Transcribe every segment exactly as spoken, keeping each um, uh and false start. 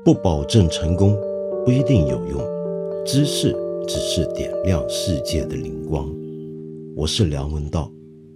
不保证成功，不一定有用。知识只是点亮世界的灵光。我是梁文道。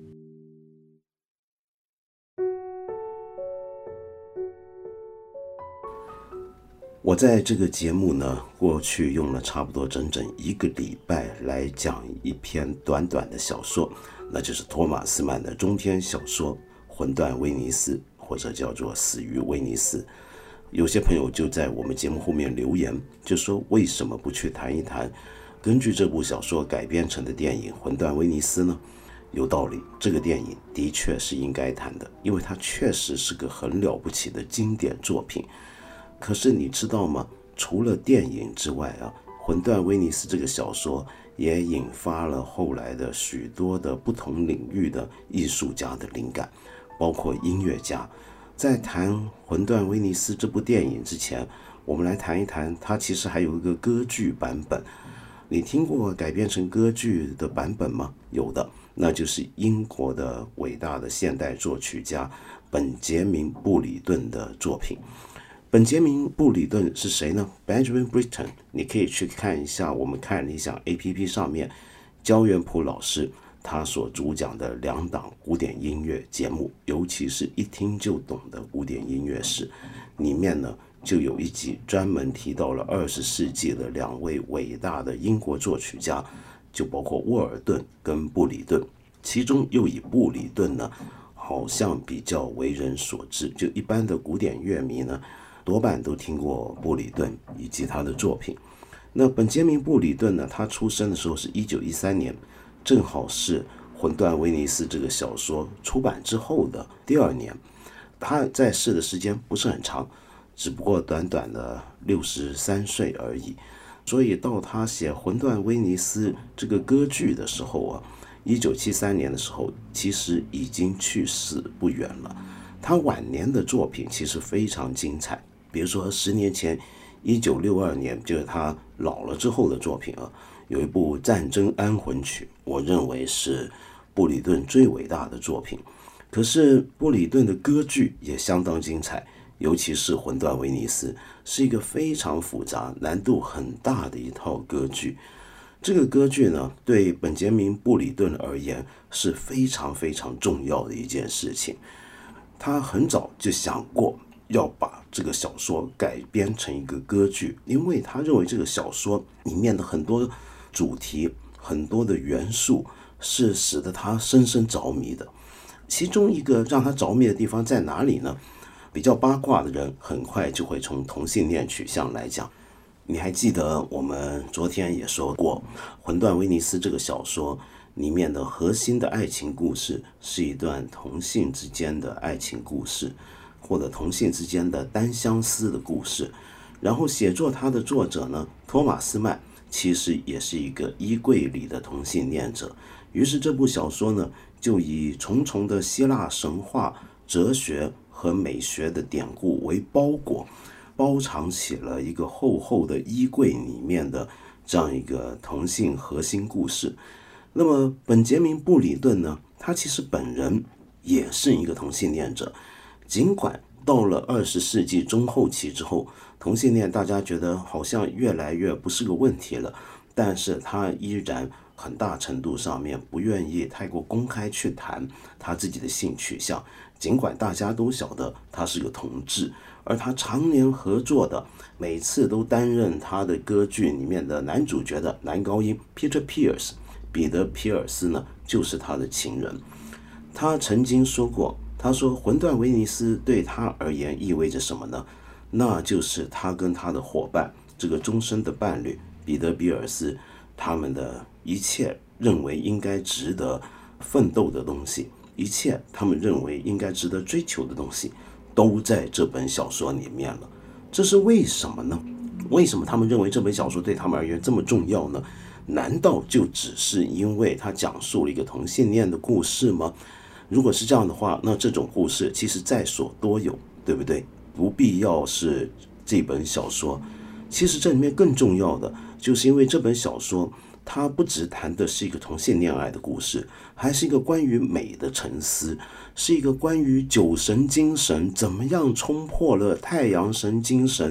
我在这个节目呢，过去用了差不多整整一个礼拜来讲一篇短短的小说，那就是托马斯曼的中篇小说《魂断威尼斯》，或者叫做《死于威尼斯》。有些朋友就在我们节目后面留言，就说为什么不去谈一谈根据这部小说改编成的电影《魂断威尼斯》呢？有道理，这个电影的确是应该谈的，因为它确实是个很了不起的经典作品。可是你知道吗？除了电影之外啊，《魂断威尼斯》这个小说也引发了后来的许多的不同领域的艺术家的灵感，包括音乐家。在谈《魂断威尼斯》这部电影之前，我们来谈一谈它其实还有一个歌剧版本。你听过改编成歌剧的版本吗？有的，那就是英国的伟大的现代作曲家本杰明·布里顿的作品。本杰明·布里顿是谁呢？ Benjamin Britten， 你可以去看一下我们看理想 A P P 上面焦元溥老师他所主讲的两档古典音乐节目，尤其是一听就懂的古典音乐史，里面呢就有一集专门提到了二十世纪的两位伟大的英国作曲家，就包括沃尔顿跟布里顿，其中又以布里顿呢好像比较为人所知，就一般的古典乐迷呢多半都听过布里顿以及他的作品。那本杰明·布里顿呢，他出生的时候是一九一三年，正好是《魂断威尼斯》这个小说出版之后的第二年。他在世的时间不是很长，只不过短短的六十三岁而已。所以到他写《魂断威尼斯》这个歌剧的时候啊，一九七三年的时候，其实已经去世不远了。他晚年的作品其实非常精彩，比如说十年前一九六二年，就是他老了之后的作品啊，有一部《战争安魂曲》，我认为是布里顿最伟大的作品。可是布里顿的歌剧也相当精彩，尤其是《魂断威尼斯》是一个非常复杂、难度很大的一套歌剧。这个歌剧呢，对本杰明·布里顿而言是非常非常重要的一件事情。他很早就想过要把这个小说改编成一个歌剧，因为他认为这个小说里面的很多主题、很多的元素是使得他深深着迷的。其中一个让他着迷的地方在哪里呢？比较八卦的人很快就会从同性恋取向来讲。你还记得我们昨天也说过，《魂断威尼斯》这个小说里面的核心的爱情故事是一段同性之间的爱情故事，或者同性之间的单相思的故事。然后写作它的作者呢，托马斯曼其实也是一个衣柜里的同性恋者。于是这部小说呢，就以重重的希腊神话、哲学和美学的典故为包裹，包藏起了一个厚厚的衣柜里面的这样一个同性核心故事。那么本杰明·布里顿呢，他其实本人也是一个同性恋者，尽管到了二十世纪中后期之后，同性恋大家觉得好像越来越不是个问题了，但是他依然很大程度上面不愿意太过公开去谈他自己的性取向，尽管大家都晓得他是个同志。而他常年合作的，每次都担任他的歌剧里面的男主角的男高音 Peter Pierce， 彼得·皮尔斯呢，就是他的情人。他曾经说过，他说魂断威尼斯对他而言意味着什么呢？那就是他跟他的伙伴，这个终身的伴侣彼得·比尔斯，他们的一切认为应该值得奋斗的东西，一切他们认为应该值得追求的东西，都在这本小说里面了。这是为什么呢？为什么他们认为这本小说对他们而言这么重要呢？难道就只是因为它讲述了一个同性恋的故事吗？如果是这样的话，那这种故事其实在所多有，对不对？不必要是这本小说。其实这里面更重要的，就是因为这本小说它不只谈的是一个同性恋爱的故事，还是一个关于美的沉思，是一个关于酒神精神怎么样冲破了太阳神精神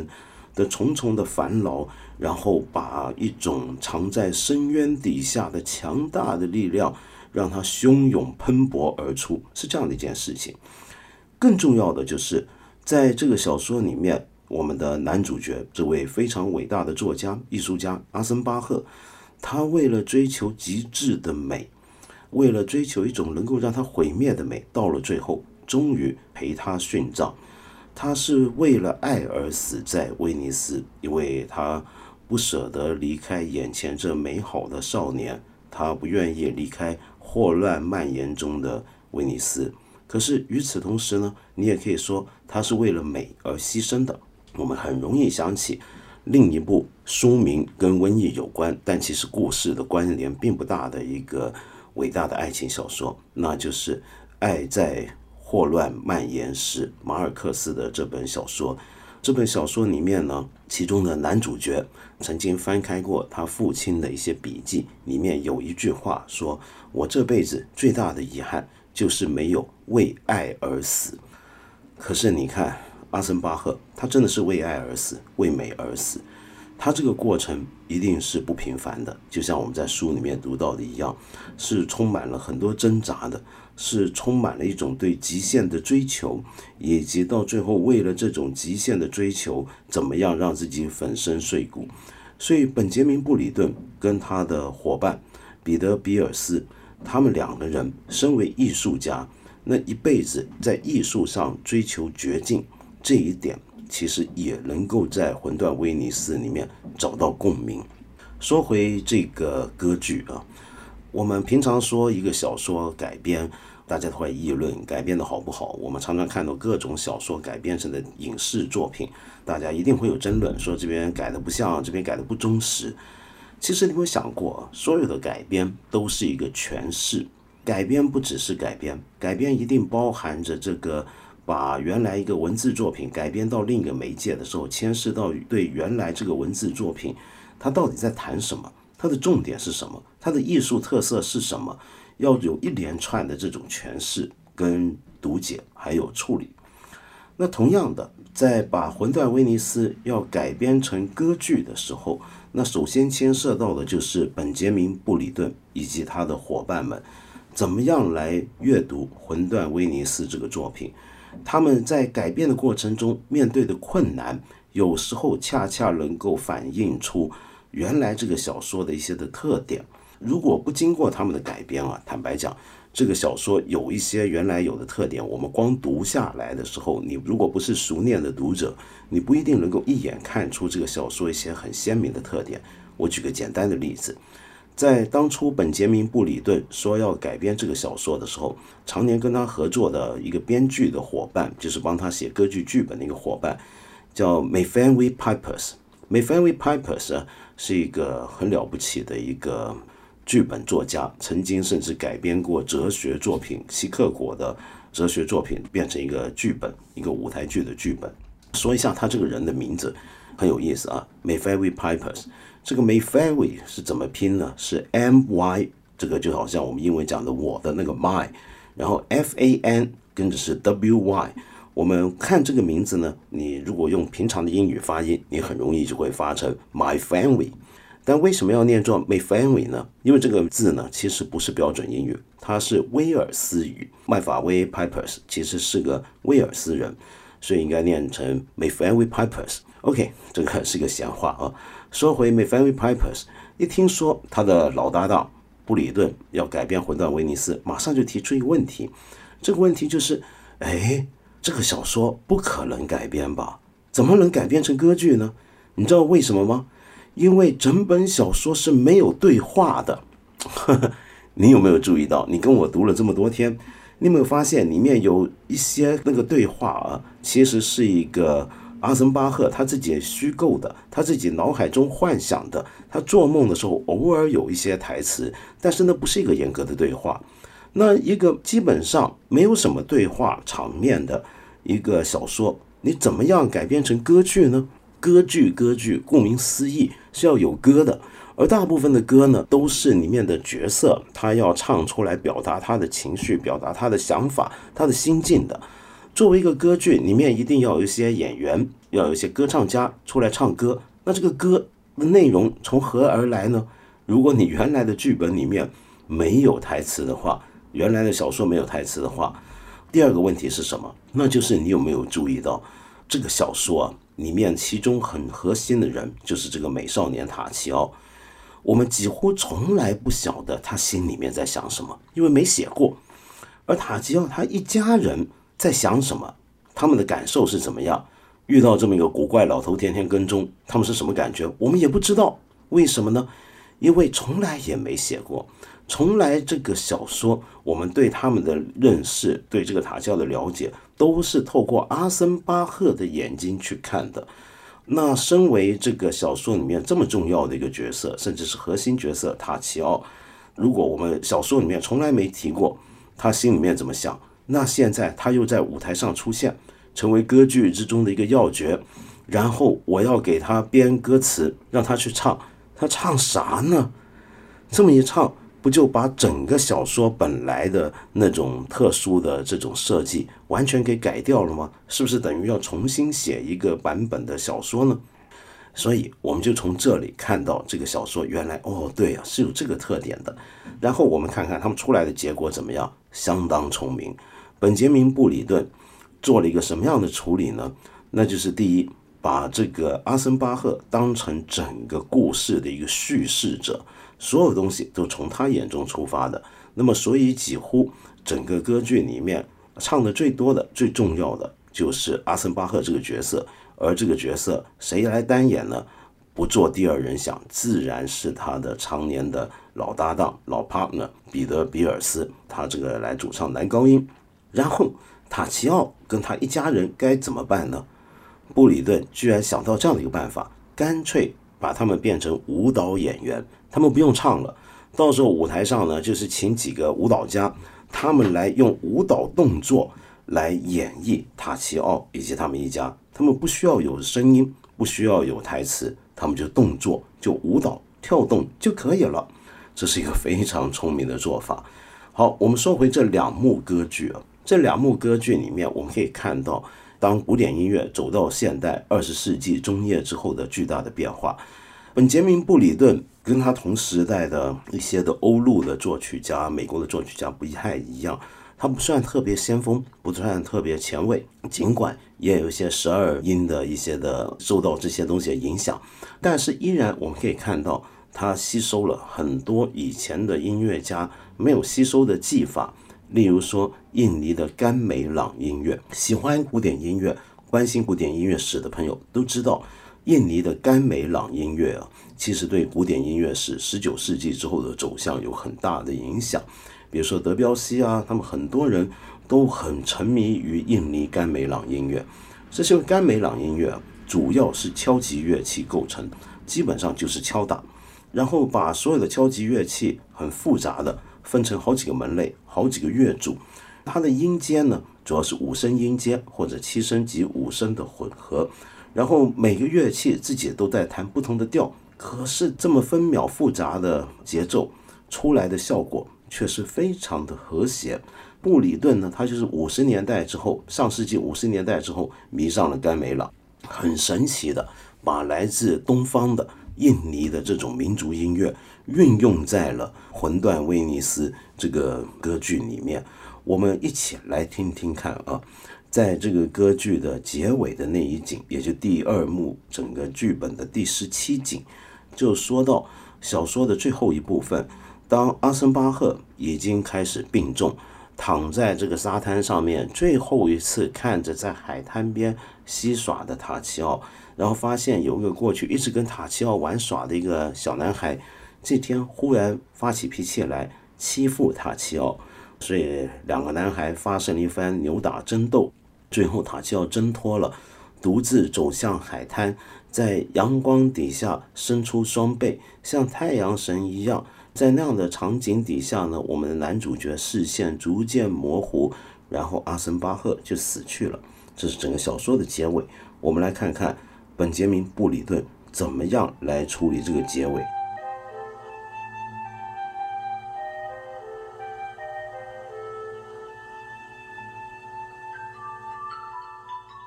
的重重的烦恼，然后把一种藏在深渊底下的强大的力量让它汹涌喷薄而出，是这样的一件事情。更重要的就是在这个小说里面，我们的男主角这位非常伟大的作家艺术家阿森巴赫，他为了追求极致的美，为了追求一种能够让他毁灭的美，到了最后终于陪他殉葬。他是为了爱而死在威尼斯，因为他不舍得离开眼前这美好的少年，他不愿意离开霍乱蔓延中的威尼斯。可是与此同时呢，你也可以说他是为了美而牺牲的。我们很容易想起另一部书名跟瘟疫有关，但其实故事的关联并不大的一个伟大的爱情小说，那就是《爱在霍乱蔓延时》，马尔克斯的这本小说。这本小说里面呢，其中的男主角曾经翻开过他父亲的一些笔记，里面有一句话说，我这辈子最大的遗憾就是没有为爱而死。可是你看阿森巴赫，他真的是为爱而死，为美而死。他这个过程一定是不平凡的，就像我们在书里面读到的一样，是充满了很多挣扎的，是充满了一种对极限的追求，以及到最后为了这种极限的追求，怎么样让自己粉身碎骨。所以本杰明·布里顿跟他的伙伴彼得·比尔斯，他们两个人身为艺术家，那一辈子在艺术上追求绝境，这一点其实也能够在《魂断威尼斯》里面找到共鸣。说回这个歌剧啊，我们平常说一个小说改编，大家都会议论改编的好不好。我们常常看到各种小说改编成的影视作品，大家一定会有争论，说这边改的不像，这边改的不忠实。其实你有没有想过，所有的改编都是一个诠释，改编不只是改编，改编一定包含着这个把原来一个文字作品改编到另一个媒介的时候，牵涉到对原来这个文字作品它到底在谈什么，它的重点是什么，它的艺术特色是什么，要有一连串的这种诠释跟读解还有处理。那同样的，在把《魂断威尼斯》要改编成歌剧的时候，那首先牵涉到的就是本杰明·布里顿以及他的伙伴们怎么样来阅读《魂断威尼斯》这个作品。他们在改编的过程中面对的困难，有时候恰恰能够反映出原来这个小说的一些的特点。如果不经过他们的改编啊，坦白讲，这个小说有一些原来有的特点，我们光读下来的时候，你如果不是熟练的读者，你不一定能够一眼看出这个小说一些很鲜明的特点。我举个简单的例子，在当初本杰明·布里顿说要改编这个小说的时候，常年跟他合作的一个编剧的伙伴，就是帮他写歌剧剧本的一个伙伴，叫 Mayfenwy Pipers。Mayfenwy Pipers 是一个很了不起的一个剧本作家，曾经甚至改编过哲学作品，希克果的哲学作品变成一个剧本，一个舞台剧的剧本。说一下他这个人的名字很有意思啊 ，Mayfenwy Pipers。这个 Mayfenwy 是怎么拼呢？是 M Y， 这个就好像我们英文讲的我的那个 my， 然后 F A N 跟着是 W Y。我们看这个名字呢，你如果用平常的英语发音，你很容易就会发成 My Family。但为什么要念作 Mayfenwy 呢？因为这个字呢，其实不是标准英语，它是威尔斯语。麦法威 Pipers 其实是个威尔斯人，所以应该念成 Mayfenwy Pipers。OK， 这个是个闲话啊。说回 Mayfenwy Pipers， 一听说他的老搭档布里顿要改编《魂断威尼斯》，马上就提出一个问题。这个问题就是，哎，这个小说不可能改编吧？怎么能改编成歌剧呢？你知道为什么吗？因为整本小说是没有对话的。你有没有注意到？你跟我读了这么多天，你有没有发现里面有一些那个对话啊，其实是一个阿森巴赫他自己虚构的，他自己脑海中幻想的，他做梦的时候偶尔有一些台词，但是那不是一个严格的对话。那一个基本上没有什么对话场面的一个小说，你怎么样改编成歌剧呢？歌剧歌剧顾名思义是要有歌的，而大部分的歌呢，都是里面的角色他要唱出来，表达他的情绪，表达他的想法，他的心境的。 作为一个歌剧，里面一定要有一些演员，要有一些歌唱家出来唱歌。那这个歌的内容从何而来呢？如果你原来的剧本里面没有台词的话，原来的小说没有台词的话，第二个问题是什么？那就是你有没有注意到这个小说啊，里面其中很核心的人就是这个美少年塔奇奥。我们几乎从来不晓得他心里面在想什么，因为没写过。而塔奇奥他一家人在想什么，他们的感受是怎么样，遇到这么一个古怪老头天天跟踪，他们是什么感觉，我们也不知道。为什么呢？因为从来也没写过，从来这个小说我们对他们的认识，对这个塔奇奥的了解，都是透过阿森巴赫的眼睛去看的。那身为这个小说里面这么重要的一个角色，甚至是核心角色塔奇奥，如果我们小说里面从来没提过他心里面怎么想，那现在他又在舞台上出现，成为歌剧之中的一个要角，然后我要给他编歌词，让他去唱，他唱啥呢？这么一唱，不就把整个小说本来的那种特殊的这种设计完全给改掉了吗？是不是等于要重新写一个版本的小说呢？所以我们就从这里看到这个小说原来哦，对啊，是有这个特点的。然后我们看看他们出来的结果怎么样，相当聪明。本杰明·布里顿做了一个什么样的处理呢？那就是第一，把这个阿森巴赫当成整个故事的一个叙事者，所有东西都从他眼中出发的。那么所以几乎整个歌剧里面唱的最多的最重要的就是阿森巴赫这个角色。而这个角色谁来担演呢？不做第二人想，自然是他的常年的老搭档老 partner 彼得·比尔斯，他这个来主唱男高音。然后塔奇奥跟他一家人该怎么办呢？布里顿居然想到这样的一个办法，干脆把他们变成舞蹈演员，他们不用唱了，到时候舞台上呢，就是请几个舞蹈家，他们来用舞蹈动作来演绎塔奇奥以及他们一家。他们不需要有声音，不需要有台词，他们就动作，就舞蹈跳动就可以了。这是一个非常聪明的做法。好，我们说回这两幕歌剧啊，这两幕歌剧里面，我们可以看到，当古典音乐走到现代二十世纪中叶之后的巨大的变化。本杰明·布里顿跟他同时代的一些的欧陆的作曲家、美国的作曲家不太一样。他不算特别先锋，不算特别前卫，尽管也有一些十二音的一些的受到这些东西的影响，但是依然我们可以看到他吸收了很多以前的音乐家没有吸收的技法。例如说印尼的甘美朗音乐，喜欢古典音乐、关心古典音乐史的朋友都知道，印尼的甘美朗音乐啊，其实对古典音乐史十九世纪之后的走向有很大的影响。比如说德彪西啊，他们很多人都很沉迷于印尼甘美朗音乐。这些甘美朗音乐啊，主要是敲击乐器构成，基本上就是敲打，然后把所有的敲击乐器很复杂的分成好几个门类，好几个乐组。它的音阶呢，主要是五声音阶或者七声及五声的混合，然后每个乐器自己都在弹不同的调，可是这么分秒复杂的节奏出来的效果却是非常的和谐。布里顿呢，他就是五十年代之后，上世纪五十年代之后迷上了甘美朗，很神奇的把来自东方的印尼的这种民族音乐运用在了《魂断威尼斯》这个歌剧里面。我们一起来听听看啊，在这个歌剧的结尾的那一景，也就第二幕整个剧本的第十七景，就说到小说的最后一部分，当阿森巴赫已经开始病重，躺在这个沙滩上面，最后一次看着在海滩边嬉耍的塔奇奥，然后发现有一个过去一直跟塔奇奥玩耍的一个小男孩，这天忽然发起脾气来欺负塔奇奥，所以两个男孩发生了一番扭打争斗，最后塔奇奥挣脱了，独自走向海滩，在阳光底下伸出双臂，像太阳神一样。在那样的场景底下呢，我们的男主角视线逐渐模糊，然后阿森巴赫就死去了。这是整个小说的结尾。我们来看看本杰明·布里顿怎么样来处理这个结尾。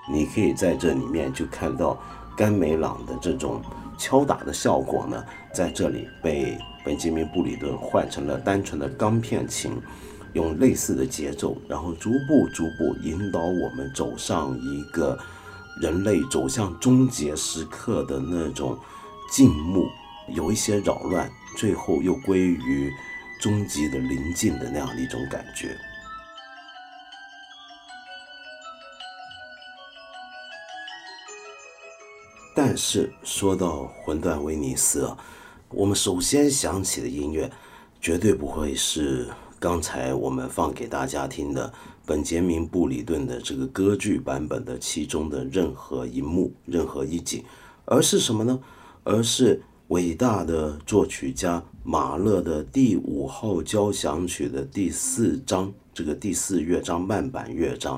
你可以在这里面就看到甘美朗的这种敲打的效果呢，在这里被本杰明·布里顿换成了单纯的钢片琴，用类似的节奏，然后逐步逐步引导我们走上一个人类走向终结时刻的那种静穆，有一些扰乱，最后又归于终极的临近的那样的一种感觉。但是说到魂断威尼斯啊，我们首先想起的音乐绝对不会是刚才我们放给大家听的本杰明·布里顿的这个歌剧版本的其中的任何一幕、任何一景，而是什么呢？而是伟大的作曲家马勒的第五号交响曲的第四章，这个第四乐章慢板乐章。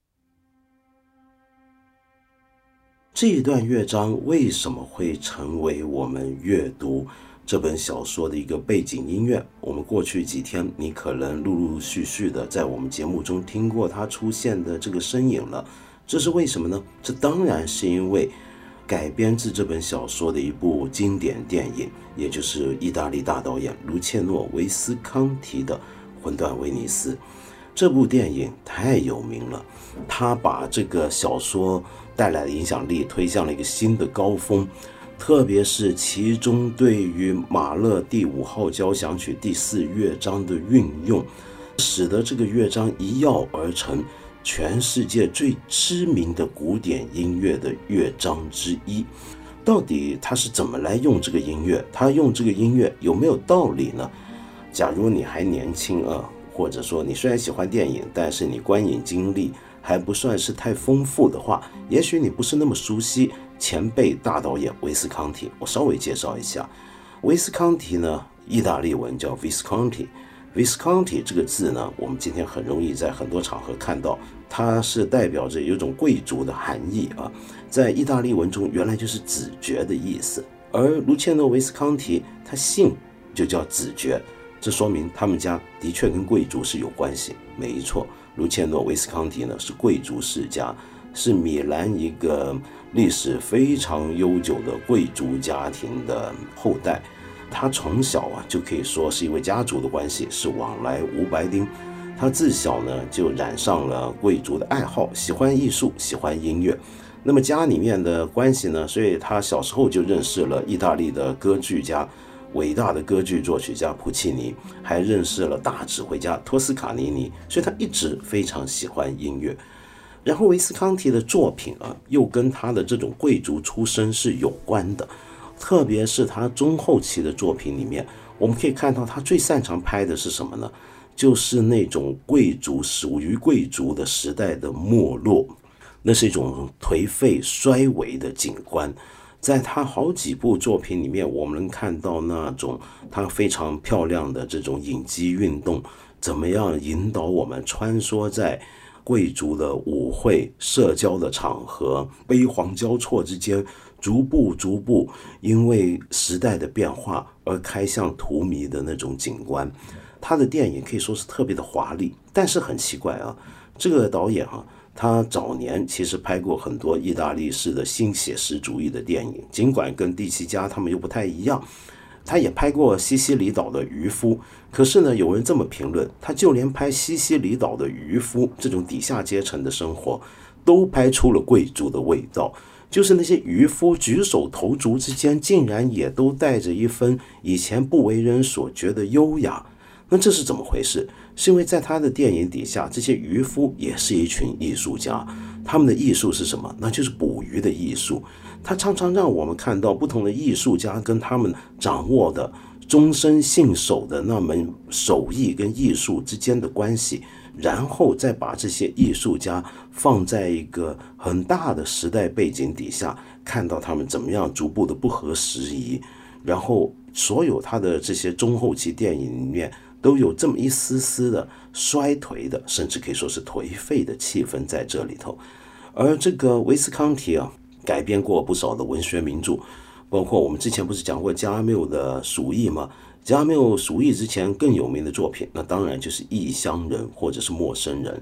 这一段乐章为什么会成为我们阅读这本小说的一个背景音乐？我们过去几天你可能陆陆续续的在我们节目中听过它出现的这个身影了，这是为什么呢？这当然是因为改编自这本小说的一部经典电影，也就是意大利大导演卢切诺·维斯康提的《魂断威尼斯》。这部电影太有名了，他把这个小说带来的影响力推向了一个新的高峰，特别是其中对于马勒第五号交响曲第四乐章的运用，使得这个乐章一跃而成全世界最知名的古典音乐的乐章之一。到底他是怎么来用这个音乐？他用这个音乐有没有道理呢？假如你还年轻啊，或者说你虽然喜欢电影，但是你观影经历还不算是太丰富的话，也许你不是那么熟悉前辈大导演维斯康提。我稍微介绍一下，维斯康提呢，意大利文叫 Visconti。Visconti 这个字呢，我们今天很容易在很多场合看到，它是代表着有一种贵族的含义啊，在意大利文中原来就是子爵的意思。而卢切诺·维斯康提他姓就叫子爵，这说明他们家的确跟贵族是有关系。没错，卢切诺·维斯康提呢是贵族世家，是米兰一个历史非常悠久的贵族家庭的后代。他从小啊就可以说是因为家族的关系，是往来无白丁。他自小呢就染上了贵族的爱好，喜欢艺术，喜欢音乐。那么家里面的关系呢，所以他小时候就认识了意大利的歌剧家，伟大的歌剧作曲家普契尼，还认识了大指挥家托斯卡尼尼，所以他一直非常喜欢音乐。然后维斯康提的作品啊，又跟他的这种贵族出身是有关的，特别是他中后期的作品里面，我们可以看到他最擅长拍的是什么呢？就是那种贵族属于贵族的时代的没落，那是一种颓废衰微的景观。在他好几部作品里面，我们能看到那种他非常漂亮的这种影机运动，怎么样引导我们穿梭在贵族的舞会、社交的场合，悲惶交错之间，逐步逐步因为时代的变化而开向荼蘼的那种景观。他的电影可以说是特别的华丽，但是很奇怪啊，这个导演啊，他早年其实拍过很多意大利式的新写实主义的电影，尽管跟第七家他们又不太一样。他也拍过西西里岛的渔夫，可是呢，有人这么评论，他就连拍西西里岛的渔夫这种底下阶层的生活，都拍出了贵族的味道。就是那些渔夫举手投足之间，竟然也都带着一分以前不为人所觉的优雅。那这是怎么回事？是因为在他的电影底下，这些渔夫也是一群艺术家，他们的艺术是什么？那就是捕鱼的艺术。他常常让我们看到不同的艺术家跟他们掌握的终身信守的那门手艺跟艺术之间的关系，然后再把这些艺术家放在一个很大的时代背景底下，看到他们怎么样逐步的不合时宜，然后所有他的这些中后期电影里面都有这么一丝丝的衰颓的，甚至可以说是颓废的气氛在这里头。而这个维斯康提啊，改编过不少的文学名著，包括我们之前不是讲过加缪的《鼠疫》吗？加缪《鼠疫》之前更有名的作品，那当然就是《异乡人》或者是《陌生人》。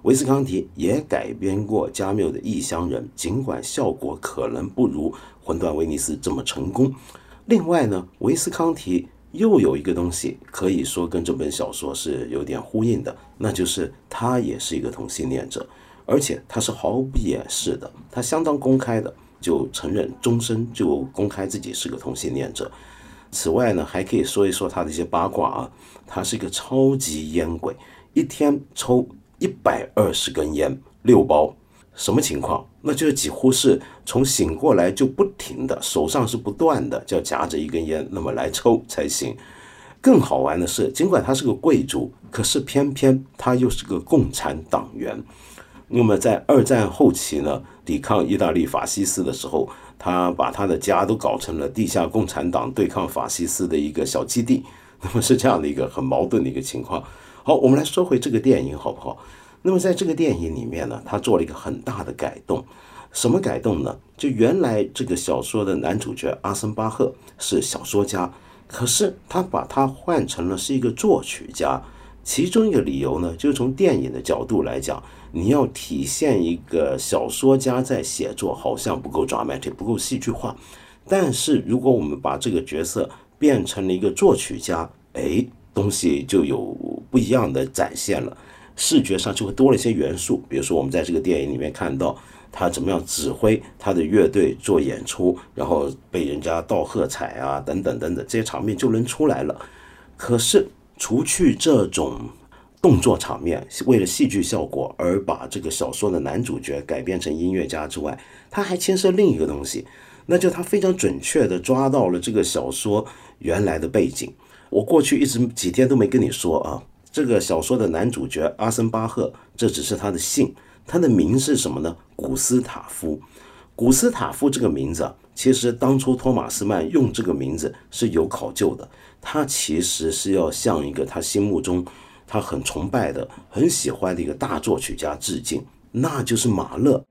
维斯康提也改编过加缪的《异乡人》，尽管效果可能不如《魂断威尼斯》这么成功。另外呢，维斯康提又有一个东西可以说跟这本小说是有点呼应的，那就是他也是一个同性恋者，而且他是毫不掩饰的，他相当公开的就承认终身就公开自己是个同性恋者。此外呢，还可以说一说他的一些八卦啊，他是一个超级烟鬼，一天抽一百二十根烟，六包。什么情况？那就是几乎是从醒过来就不停的，手上是不断的，就要夹着一根烟，那么来抽才行。更好玩的是，尽管他是个贵族，可是偏偏他又是个共产党员。那么在二战后期呢，抵抗意大利法西斯的时候，他把他的家都搞成了地下共产党对抗法西斯的一个小基地。那么是这样的一个很矛盾的一个情况。好，我们来说回这个电影好不好？那么在这个电影里面呢，他做了一个很大的改动。什么改动呢？就原来这个小说的男主角阿森巴赫是小说家，可是他把他换成了是一个作曲家。其中一个理由呢，就是从电影的角度来讲，你要体现一个小说家在写作好像不够 dramatic， 不够戏剧化。但是如果我们把这个角色变成了一个作曲家，哎，东西就有不一样的展现了。视觉上就会多了一些元素，比如说我们在这个电影里面看到他怎么样指挥他的乐队做演出，然后被人家道喝彩啊，等等等等，这些场面就能出来了。可是除去这种动作场面，为了戏剧效果而把这个小说的男主角改编成音乐家之外，他还牵涉另一个东西，那就他非常准确地抓到了这个小说原来的背景。我过去一直几天都没跟你说啊，这个小说的男主角阿森巴赫，这只是他的姓，他的名是什么呢？古斯塔夫。古斯塔夫这个名字啊，其实当初托马斯曼用这个名字是有考究的，他其实是要向一个他心目中他很崇拜的、很喜欢的一个大作曲家致敬，那就是马勒。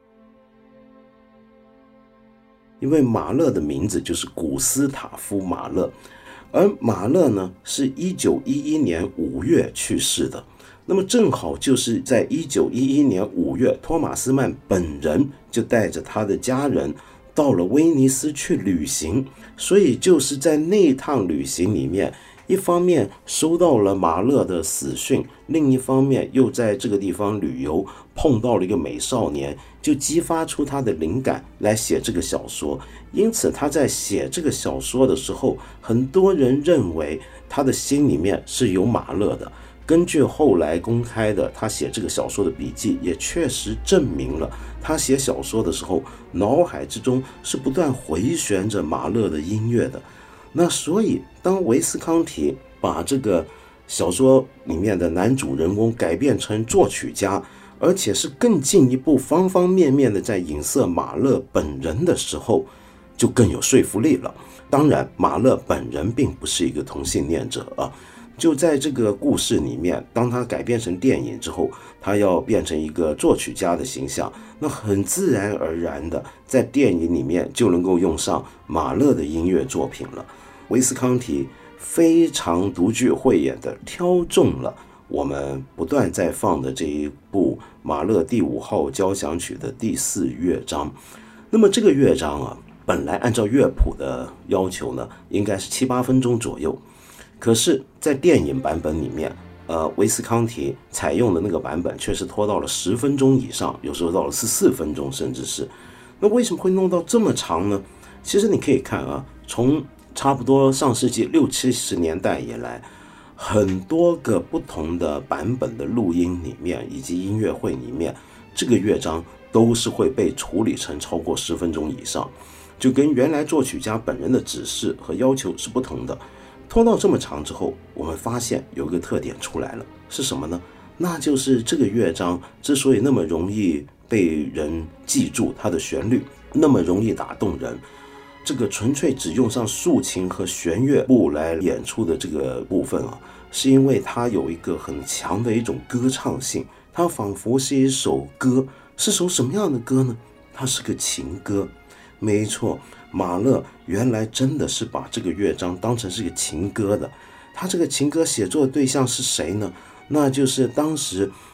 因为马勒的名字就是古斯塔夫·马勒。而马勒呢，是一九一一年五月去世的，那么正好就是在一九一一年五月，托马斯曼本人就带着他的家人到了威尼斯去旅行，所以就是在那趟旅行里面，一方面收到了马勒的死讯，另一方面又在这个地方旅游碰到了一个美少年，就激发出他的灵感来写这个小说。因此他在写这个小说的时候，很多人认为他的心里面是有马勒的。根据后来公开的他写这个小说的笔记，也确实证明了他写小说的时候，脑海之中是不断回旋着马勒的音乐的。那所以当维斯康提把这个小说里面的男主人公改变成作曲家，而且是更进一步方方面面的在影射马勒本人的时候，就更有说服力了。当然马勒本人并不是一个同性恋者啊，就在这个故事里面，当他改编成电影之后，他要变成一个作曲家的形象，那很自然而然的在电影里面就能够用上马勒的音乐作品了。维斯康提非常独具慧眼的挑中了我们不断在放的这一部马勒第五号交响曲的第四乐章。那么这个乐章啊，本来按照乐谱的要求呢，应该是七八分钟左右，可是在电影版本里面，呃，维斯康提采用的那个版本却是拖到了十分钟以上，有时候到了十四分钟，甚至是。那为什么会弄到这么长呢？其实你可以看啊，从差不多上世纪六七十年代以来，很多个不同的版本的录音里面以及音乐会里面，这个乐章都是会被处理成超过十分钟以上，就跟原来作曲家本人的指示和要求是不同的。拖到这么长之后，我们发现有一个特点出来了，是什么呢？那就是这个乐章之所以那么容易被人记住，它的旋律那么容易打动人，这个纯粹只用上竖琴和弦乐部来演出的这个部分啊，是因为它有一个很强的一种歌唱性，它仿佛是一首歌。是首什么样的歌呢？它是个情歌。没错，马勒原来真的是把这个乐章当成是个情歌的。他这个情歌写作的对象是谁呢？那就是当时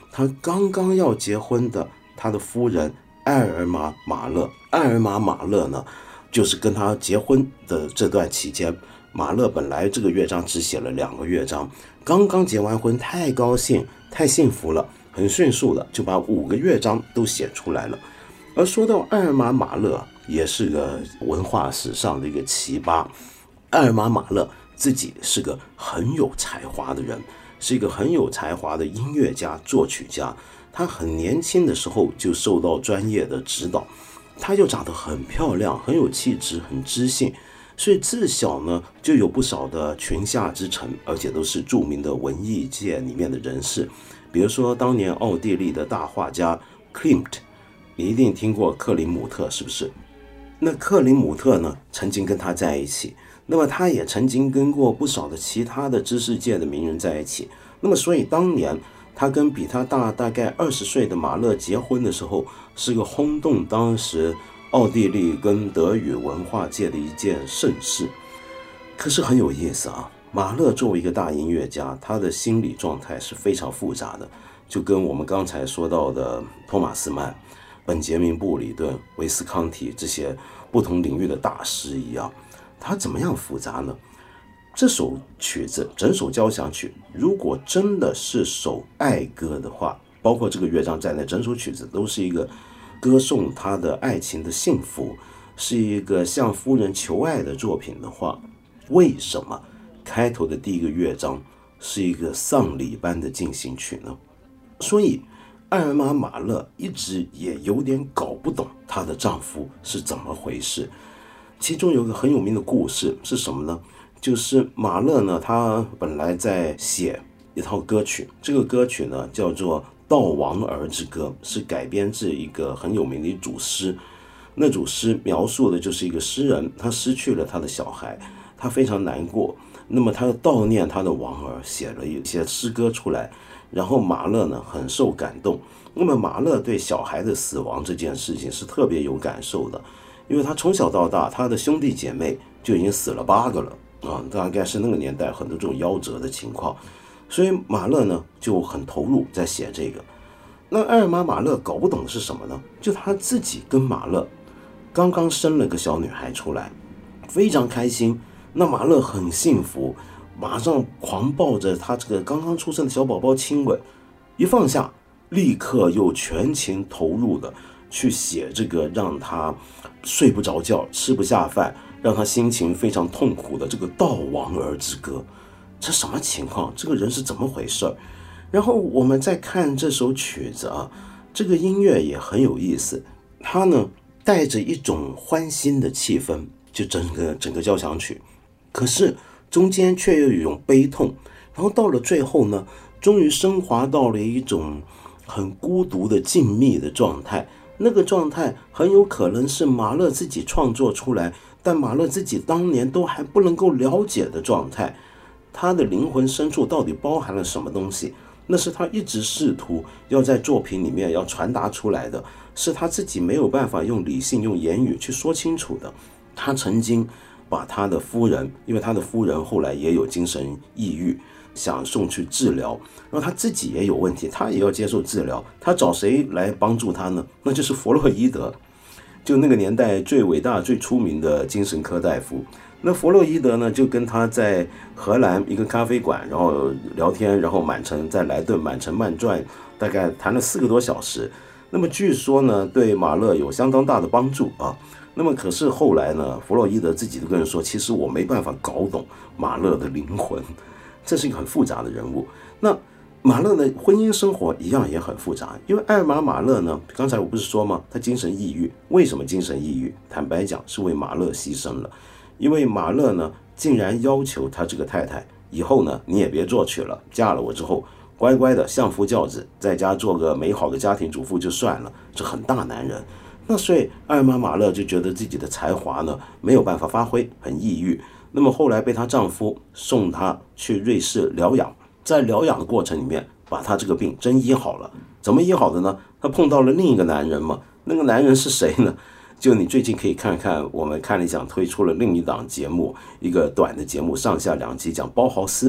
他刚刚要结婚的他的夫人艾尔玛·马勒。艾尔玛·马勒呢，就是跟他结婚的这段期间，马勒本来这个乐章只写了两个乐章，刚刚结完婚，太高兴太幸福了，很迅速的就把五个乐章都写出来了。而说到艾尔玛·马勒，也是个文化史上的一个奇葩。艾尔玛·马勒自己是个很有才华的人，是一个很有才华的音乐家、作曲家。他很年轻的时候就受到专业的指导，他又长得很漂亮，很有气质，很知性，所以自小呢就有不少的群下之臣，而且都是著名的文艺界里面的人士。比如说当年奥地利的大画家 Klimt， 你一定听过克林姆特，是不是？那克林姆特呢曾经跟他在一起，那么他也曾经跟过不少的其他的知识界的名人在一起。那么所以当年他跟比他大大概二十岁的马勒结婚的时候，是个轰动当时奥地利跟德语文化界的一件盛事。可是很有意思啊，马勒作为一个大音乐家，他的心理状态是非常复杂的，就跟我们刚才说到的托马斯曼、本杰明·布里顿、维斯康提这些不同领域的大师一样。他怎么样复杂呢？这首曲子整首交响曲如果真的是首爱歌的话，包括这个乐章在内，整首曲子都是一个歌颂他的爱情的幸福，是一个向夫人求爱的作品的话，为什么开头的第一个乐章是一个丧礼般的进行曲呢？所以艾尔玛·马勒一直也有点搞不懂她的丈夫是怎么回事。其中有一个很有名的故事是什么呢？就是马勒呢，他本来在写一套歌曲，这个歌曲呢叫做《悼亡儿之歌》，是改编自一个很有名的一组诗。那组诗描述的就是一个诗人，他失去了他的小孩，他非常难过，那么他悼念他的亡儿，写了一些诗歌出来。然后马勒呢很受感动，那么马勒对小孩的死亡这件事情是特别有感受的，因为他从小到大他的兄弟姐妹就已经死了八个了啊，大概是那个年代很多这种夭折的情况，所以马勒呢就很投入在写这个。那艾尔玛·马勒搞不懂的是什么呢？就他自己跟马勒刚刚生了个小女孩出来，非常开心，那马勒很幸福，马上狂抱着他这个刚刚出生的小宝宝亲吻，一放下立刻又全情投入的去写这个让他睡不着觉、吃不下饭，让他心情非常痛苦的这个悼亡儿之歌。这什么情况？这个人是怎么回事？然后我们再看这首曲子啊，这个音乐也很有意思，它呢带着一种欢欣的气氛，就整个整个交响曲，可是中间却又有一种悲痛，然后到了最后呢，终于升华到了一种很孤独的静谧的状态。那个状态很有可能是马勒自己创作出来，但马勒自己当年都还不能够了解的状态。他的灵魂深处到底包含了什么东西？那是他一直试图要在作品里面要传达出来的，是他自己没有办法用理性、用言语去说清楚的。他曾经把他的夫人，因为他的夫人后来也有精神抑郁，想送去治疗，然后他自己也有问题，他也要接受治疗，他找谁来帮助他呢？那就是弗洛伊德，就那个年代最伟大最出名的精神科大夫。那弗洛伊德呢就跟他在荷兰一个咖啡馆然后聊天，然后满城在莱顿满城漫转，大概谈了四个多小时。那么据说呢对马勒有相当大的帮助啊。那么可是后来呢，弗洛伊德自己都跟人说，其实我没办法搞懂马勒的灵魂，这是一个很复杂的人物。那马勒的婚姻生活一样也很复杂，因为艾尔玛·马勒呢，刚才我不是说吗？他精神抑郁，为什么精神抑郁？坦白讲是为马勒牺牲了，因为马勒呢竟然要求他这个太太以后呢你也别作曲了，嫁了我之后乖乖的相夫教子，在家做个美好的家庭主妇就算了，这很大男人。那所以艾尔玛·马勒就觉得自己的才华呢没有办法发挥，很抑郁。那么后来被她丈夫送她去瑞士疗养，在疗养的过程里面把她这个病真医好了。怎么医好的呢？她碰到了另一个男人嘛，那个男人是谁呢？就你最近可以看看，我们看理想推出了另一档节目，一个短的节目，上下两集，讲包豪斯。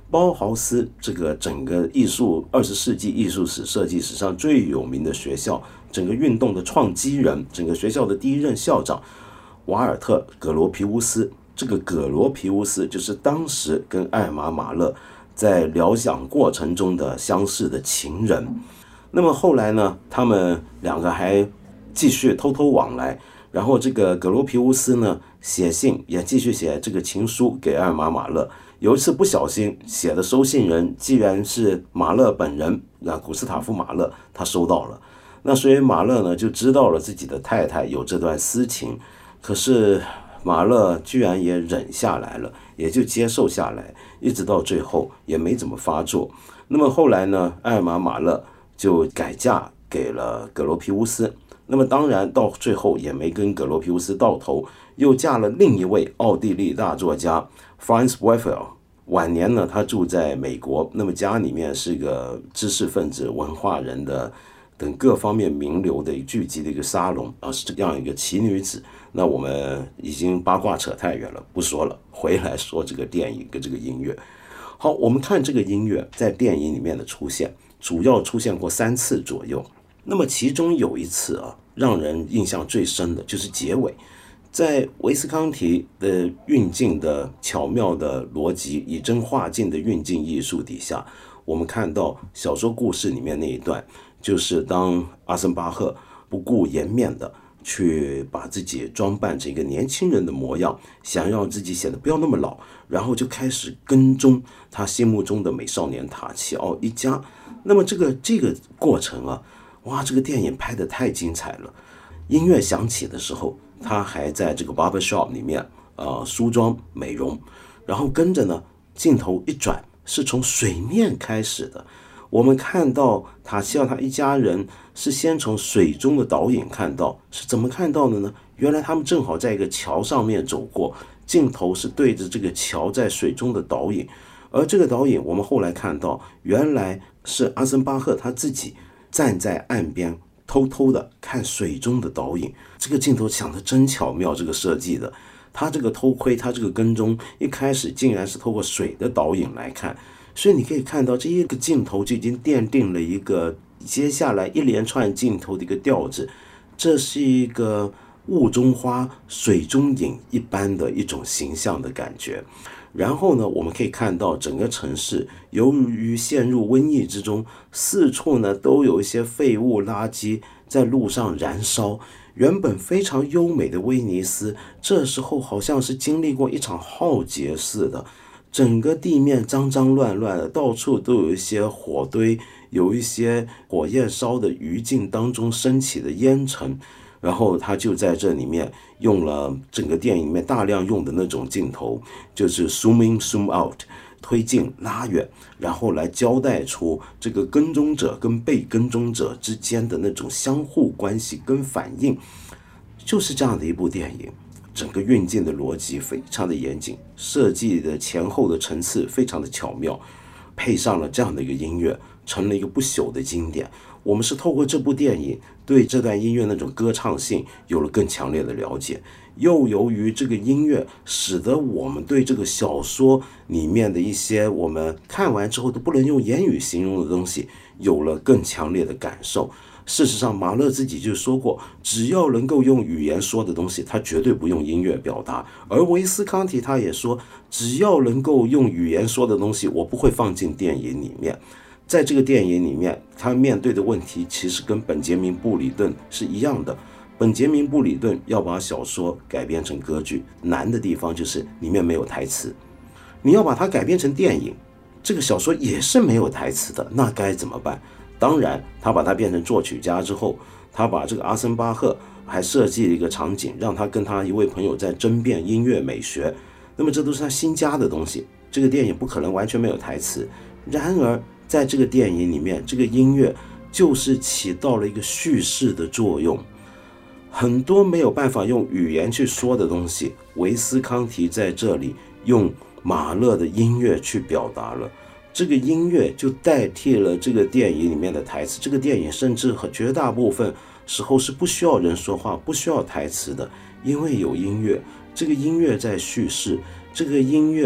包豪斯这个整个艺术二十世纪艺术史设计史上最有名的学校，整个运动的创基人，整个学校的第一任校长瓦尔特·葛罗皮乌斯。这个葛罗皮乌斯就是当时跟艾尔玛·马勒在疗养过程中的相识的情人。那么后来呢，他们两个还继续偷偷往来，然后这个葛罗皮乌斯呢写信，也继续写这个情书给艾尔玛·马勒。有一次不小心写的收信人既然是马勒本人，那古斯塔夫·马勒他收到了，那所以马勒呢就知道了自己的太太有这段私情，可是马勒居然也忍下来了，也就接受下来，一直到最后也没怎么发作。那么后来呢，艾尔玛·马勒就改嫁给了葛罗皮乌斯，那么当然到最后也没跟葛罗皮乌斯到头，又嫁了另一位奥地利大作家 Franz Werfel。 晚年呢，他住在美国，那么家里面是个知识分子、文化人的等各方面名流的聚集的一个沙龙啊，是这样一个奇女子。那我们已经八卦扯太远了，不说了，回来说这个电影跟这个音乐。好，我们看这个音乐在电影里面的出现，主要出现过三次左右。那么其中有一次啊，让人印象最深的就是结尾。在维斯康提的运镜的巧妙的逻辑，以真画境的运镜艺术底下，我们看到小说故事里面那一段，就是当阿森巴赫不顾颜面的去把自己装扮成一个年轻人的模样，想要自己显得不要那么老，然后就开始跟踪他心目中的美少年塔奇奥一家。那么这个这个过程啊，哇，这个电影拍得太精彩了。音乐响起的时候，他还在这个 barber shop 里面呃梳妆美容，然后跟着呢镜头一转，是从水面开始的。我们看到塔西奥他一家人是先从水中的导引看到，是怎么看到的呢？原来他们正好在一个桥上面走过，镜头是对着这个桥在水中的导引，而这个导引我们后来看到，原来是阿森巴赫他自己站在岸边偷偷的看水中的导引。这个镜头想得真巧妙，这个设计的，他这个偷窥，他这个跟踪，一开始竟然是透过水的导引来看，所以你可以看到这一个镜头就已经奠定了一个接下来一连串镜头的一个调子，这是一个雾中花水中影一般的一种形象的感觉。然后呢，我们可以看到整个城市由于陷入瘟疫之中，四处呢都有一些废物垃圾在路上燃烧。原本非常优美的威尼斯，这时候好像是经历过一场浩劫似的，整个地面脏脏乱乱的，到处都有一些火堆，有一些火焰烧的余烬当中升起的烟尘。然后他就在这里面用了整个电影里面大量用的那种镜头，就是 zoom in zoom out， 推进拉远，然后来交代出这个跟踪者跟被跟踪者之间的那种相互关系跟反应。就是这样的一部电影，整个运镜的逻辑非常的严谨，设计的前后的层次非常的巧妙，配上了这样的一个音乐，成了一个不朽的经典。我们是透过这部电影对这段音乐那种歌唱性有了更强烈的了解，又由于这个音乐使得我们对这个小说里面的一些我们看完之后都不能用言语形容的东西有了更强烈的感受。事实上马勒自己就说过，只要能够用语言说的东西他绝对不用音乐表达，而维斯康提他也说，只要能够用语言说的东西我不会放进电影里面。在这个电影里面，他面对的问题其实跟本杰明·布里顿是一样的。本杰明·布里顿要把小说改编成歌剧，难的地方就是里面没有台词。你要把它改编成电影，这个小说也是没有台词的，那该怎么办？当然，他把它变成作曲家之后，他把这个阿森巴赫还设计了一个场景，让他跟他一位朋友在争辩音乐美学。那么这都是他新加的东西，这个电影不可能完全没有台词。然而在这个电影里面，这个音乐就是起到了一个叙事的作用，很多没有办法用语言去说的东西，维斯康提在这里用马勒的音乐去表达了。这个音乐就代替了这个电影里面的台词，这个电影甚至和绝大部分时候是不需要人说话，不需要台词的，因为有音乐，这个音乐在叙事，这个音乐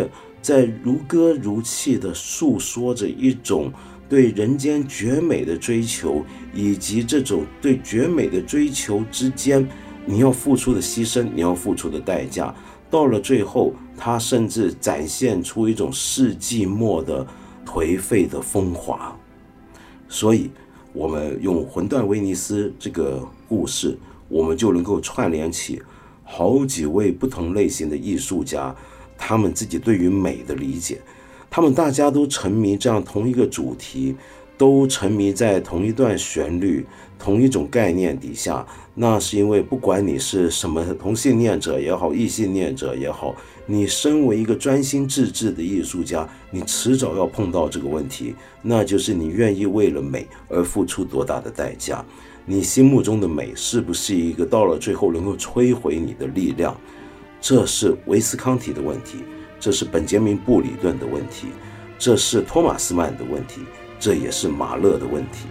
在如歌如泣地诉说着一种对人间绝美的追求，以及这种对绝美的追求之间你要付出的牺牲，你要付出的代价。到了最后，他甚至展现出一种世纪末的颓废的风华。所以我们用魂断威尼斯这个故事，我们就能够串联起好几位不同类型的艺术家，他们自己对于美的理解，他们大家都沉迷这样同一个主题，都沉迷在同一段旋律，同一种概念底下。那是因为不管你是什么同性恋者也好，异性恋者也好，你身为一个专心致志的艺术家，你迟早要碰到这个问题，那就是你愿意为了美而付出多大的代价。你心目中的美是不是一个到了最后能够摧毁你的力量？这是维斯康提的问题，这是本杰明布里顿的问题，这是托马斯曼的问题，这也是马勒的问题。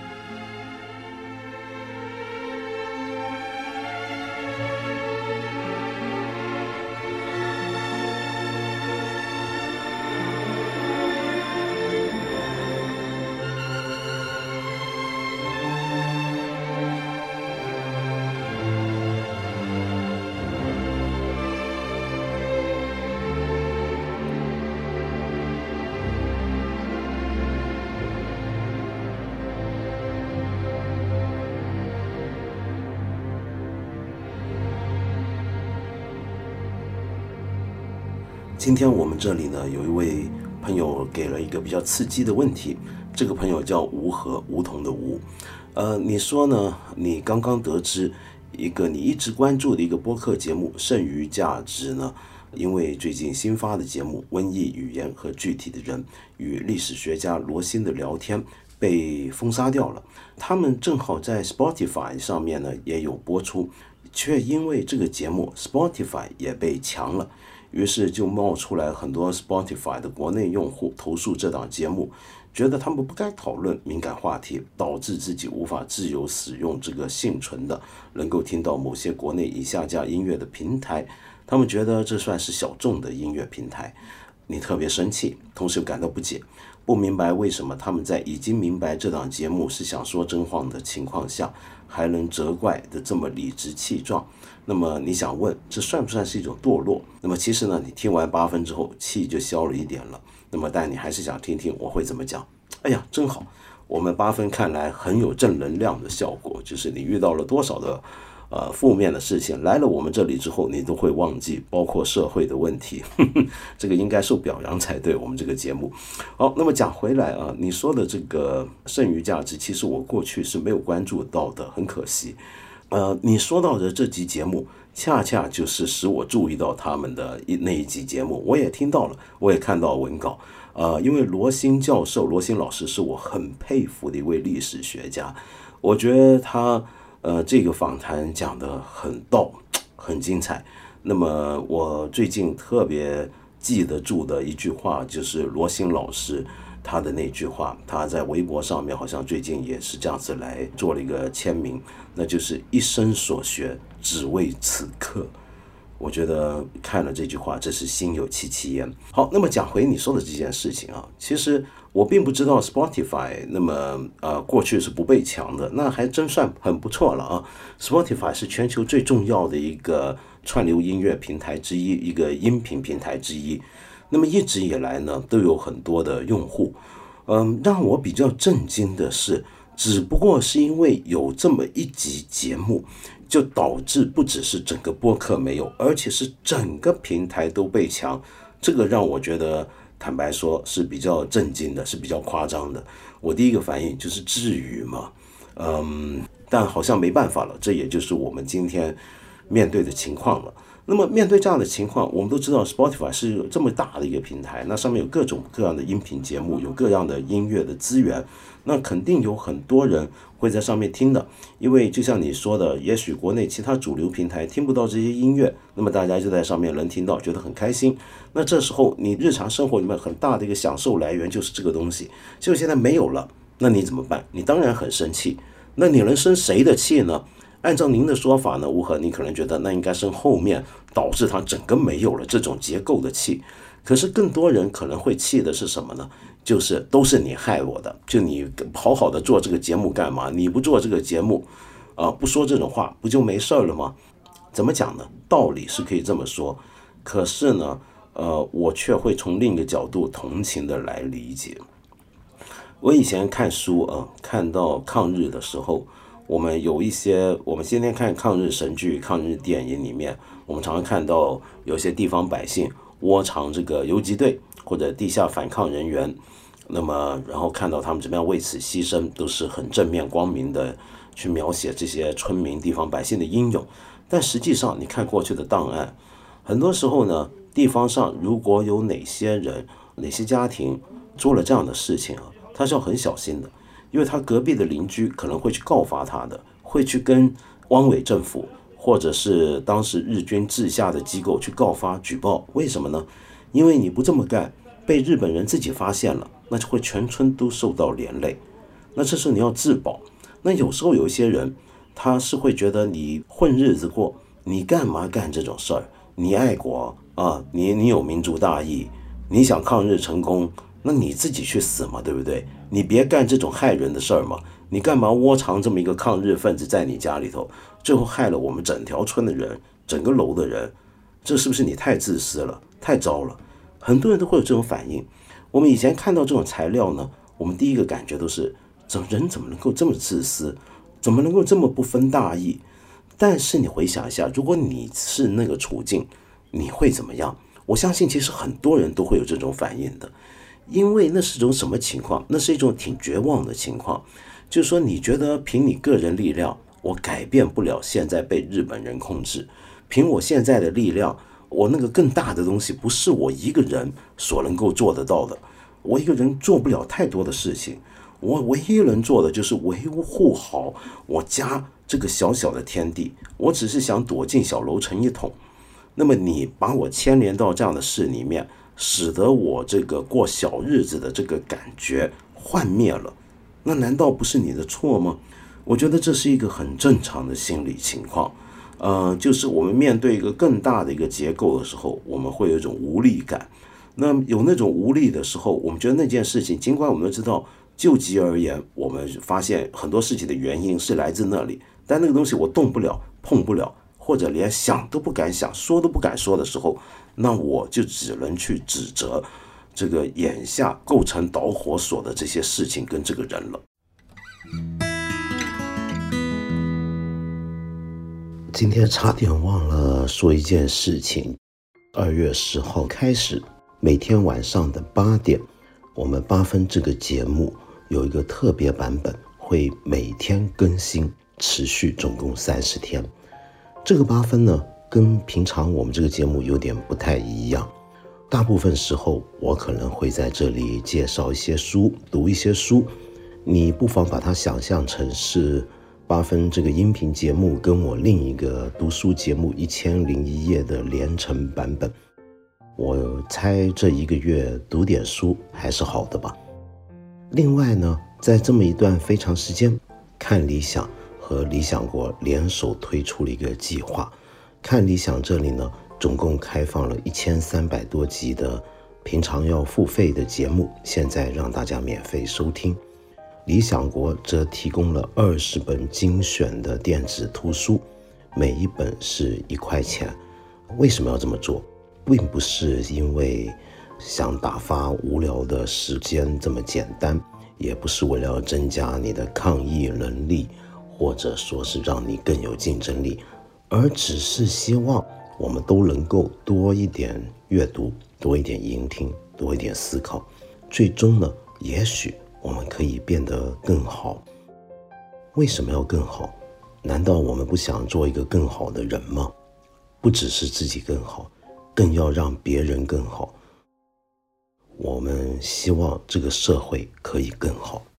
今天我们这里呢，有一位朋友给了一个比较刺激的问题，这个朋友叫吴和，梧桐的吴。呃，你说呢？你刚刚得知一个你一直关注的一个播客节目《剩余价值》呢，因为最近新发的节目《瘟疫语言和具体的人》与历史学家罗欣的聊天被封杀掉了。他们正好在 Spotify 上面呢也有播出，却因为这个节目 Spotify 也被强了。于是就冒出来很多 Spotify 的国内用户投诉这档节目，觉得他们不该讨论敏感话题，导致自己无法自由使用这个幸存的能够听到某些国内已下架音乐的平台。他们觉得这算是小众的音乐平台。你特别生气，同时又感到不解，不明白为什么他们在已经明白这档节目是想说真话的情况下，还能责怪的这么理直气壮。那么你想问，这算不算是一种堕落？那么其实呢，你听完八分之后，气就消了一点了。那么但你还是想听听我会怎么讲。哎呀，真好，我们八分看来很有正能量的效果，就是你遇到了多少的呃负面的事情，来了我们这里之后，你都会忘记，包括社会的问题。呵呵，这个应该受表扬才对，我们这个节目。好，那么讲回来啊，你说的这个剩余价值，其实我过去是没有关注到的，很可惜。呃，你说到的这集节目，恰恰就是使我注意到他们的那一集节目，我也听到了，我也看到文稿。呃，因为罗欣教授、罗欣老师是我很佩服的一位历史学家，我觉得他呃这个访谈讲得很到，很精彩。那么我最近特别记得住的一句话，就是罗欣老师他的那句话，他在微博上面好像最近也是这样子来做了一个签名，那就是一生所学只为此刻。我觉得看了这句话，这是心有戚戚焉。好，那么讲回你说的这件事情啊，其实我并不知道 Spotify 那么呃过去是不被强的，那还真算很不错了啊。Spotify 是全球最重要的一个串流音乐平台之一，一个音频平台之一。那么一直以来呢，都有很多的用户。嗯，让我比较震惊的是，只不过是因为有这么一集节目，就导致不只是整个播客没有，而且是整个平台都被抢。这个让我觉得，坦白说是比较震惊的，是比较夸张的。我第一个反应就是至于吗？嗯，但好像没办法了，这也就是我们今天面对的情况了。那么面对这样的情况，我们都知道 Spotify 是这么大的一个平台，那上面有各种各样的音频节目，有各样的音乐的资源，那肯定有很多人会在上面听的。因为就像你说的，也许国内其他主流平台听不到这些音乐，那么大家就在上面能听到，觉得很开心。那这时候你日常生活里面很大的一个享受来源就是这个东西，结果现在没有了，那你怎么办？你当然很生气。那你能生谁的气呢？按照您的说法呢，吴和，你可能觉得那应该生后面导致它整个没有了这种结构的气。 可是更多人可能会气的是什么呢？就是都是你害我的，就你好好的做这个节目干嘛？你不做这个节目，啊、呃，不说这种话，不就没事了吗？怎么讲呢？道理是可以这么说，可是呢，呃，我却会从另一个角度同情的来理解。我以前看书啊、呃，看到抗日的时候，我们有一些，我们今天看抗日神剧、抗日电影里面，我们常常看到有些地方百姓窝藏这个游击队或者地下反抗人员，那么然后看到他们怎么样为此牺牲，都是很正面光明的去描写这些村民、地方百姓的英勇。但实际上，你看过去的档案，很多时候呢，地方上如果有哪些人、哪些家庭做了这样的事情啊，他是要很小心的，因为他隔壁的邻居可能会去告发他的，会去跟汪伪政府或者是当时日军治下的机构去告发举报。为什么呢？因为你不这么干，被日本人自己发现了，那就会全村都受到连累。那这时候你要自保。那有时候有一些人，他是会觉得你混日子过，你干嘛干这种事儿？你爱国啊，你你有民族大义，你想抗日成功，那你自己去死嘛，对不对？你别干这种害人的事儿嘛。你干嘛窝藏这么一个抗日分子在你家里头，最后害了我们整条村的人，整个楼的人？这是不是你太自私了，太糟了？很多人都会有这种反应。我们以前看到这种材料呢，我们第一个感觉都是，怎么人怎么能够这么自私，怎么能够这么不分大义？但是你回想一下，如果你是那个处境，你会怎么样？我相信其实很多人都会有这种反应的，因为那是一种什么情况？那是一种挺绝望的情况，就是说你觉得凭你个人力量，我改变不了现在被日本人控制，凭我现在的力量，我那个更大的东西不是我一个人所能够做得到的，我一个人做不了太多的事情，我唯一能做的就是维护好我家这个小小的天地，我只是想躲进小楼成一统。那么你把我牵连到这样的事里面，使得我这个过小日子的这个感觉幻灭了，那难道不是你的错吗？我觉得这是一个很正常的心理情况。呃，就是我们面对一个更大的一个结构的时候，我们会有一种无力感。那有那种无力的时候，我们觉得那件事情，尽管我们都知道就急而言，我们发现很多事情的原因是来自那里，但那个东西我动不了，碰不了，或者连想都不敢想，说都不敢说的时候，那我就只能去指责这个眼下构成导火索的这些事情跟这个人了。今天差点忘了说一件事情，二月十号开始，每天晚上的八点，我们八分这个节目有一个特别版本，会每天更新，持续总共三十天。这个八分呢，跟平常我们这个节目有点不太一样。大部分时候，我可能会在这里介绍一些书，读一些书，你不妨把它想象成是八分这个音频节目跟我另一个读书节目一千零一夜的连成版本。我猜这一个月读点书还是好的吧。另外呢，在这么一段非常时间，看理想和理想国联手推出了一个计划。看理想这里呢，总共开放了一千三百多集的平常要付费的节目，现在让大家免费收听。理想国则提供了二十本精选的电子图书，每一本是一块钱。为什么要这么做？并不是因为想打发无聊的时间这么简单，也不是为了要增加你的抗疫能力，或者说是让你更有竞争力，而只是希望我们都能够多一点阅读，多一点聆听，多一点思考，最终呢，也许我们可以变得更好。为什么要更好？难道我们不想做一个更好的人吗？不只是自己更好，更要让别人更好。我们希望这个社会可以更好。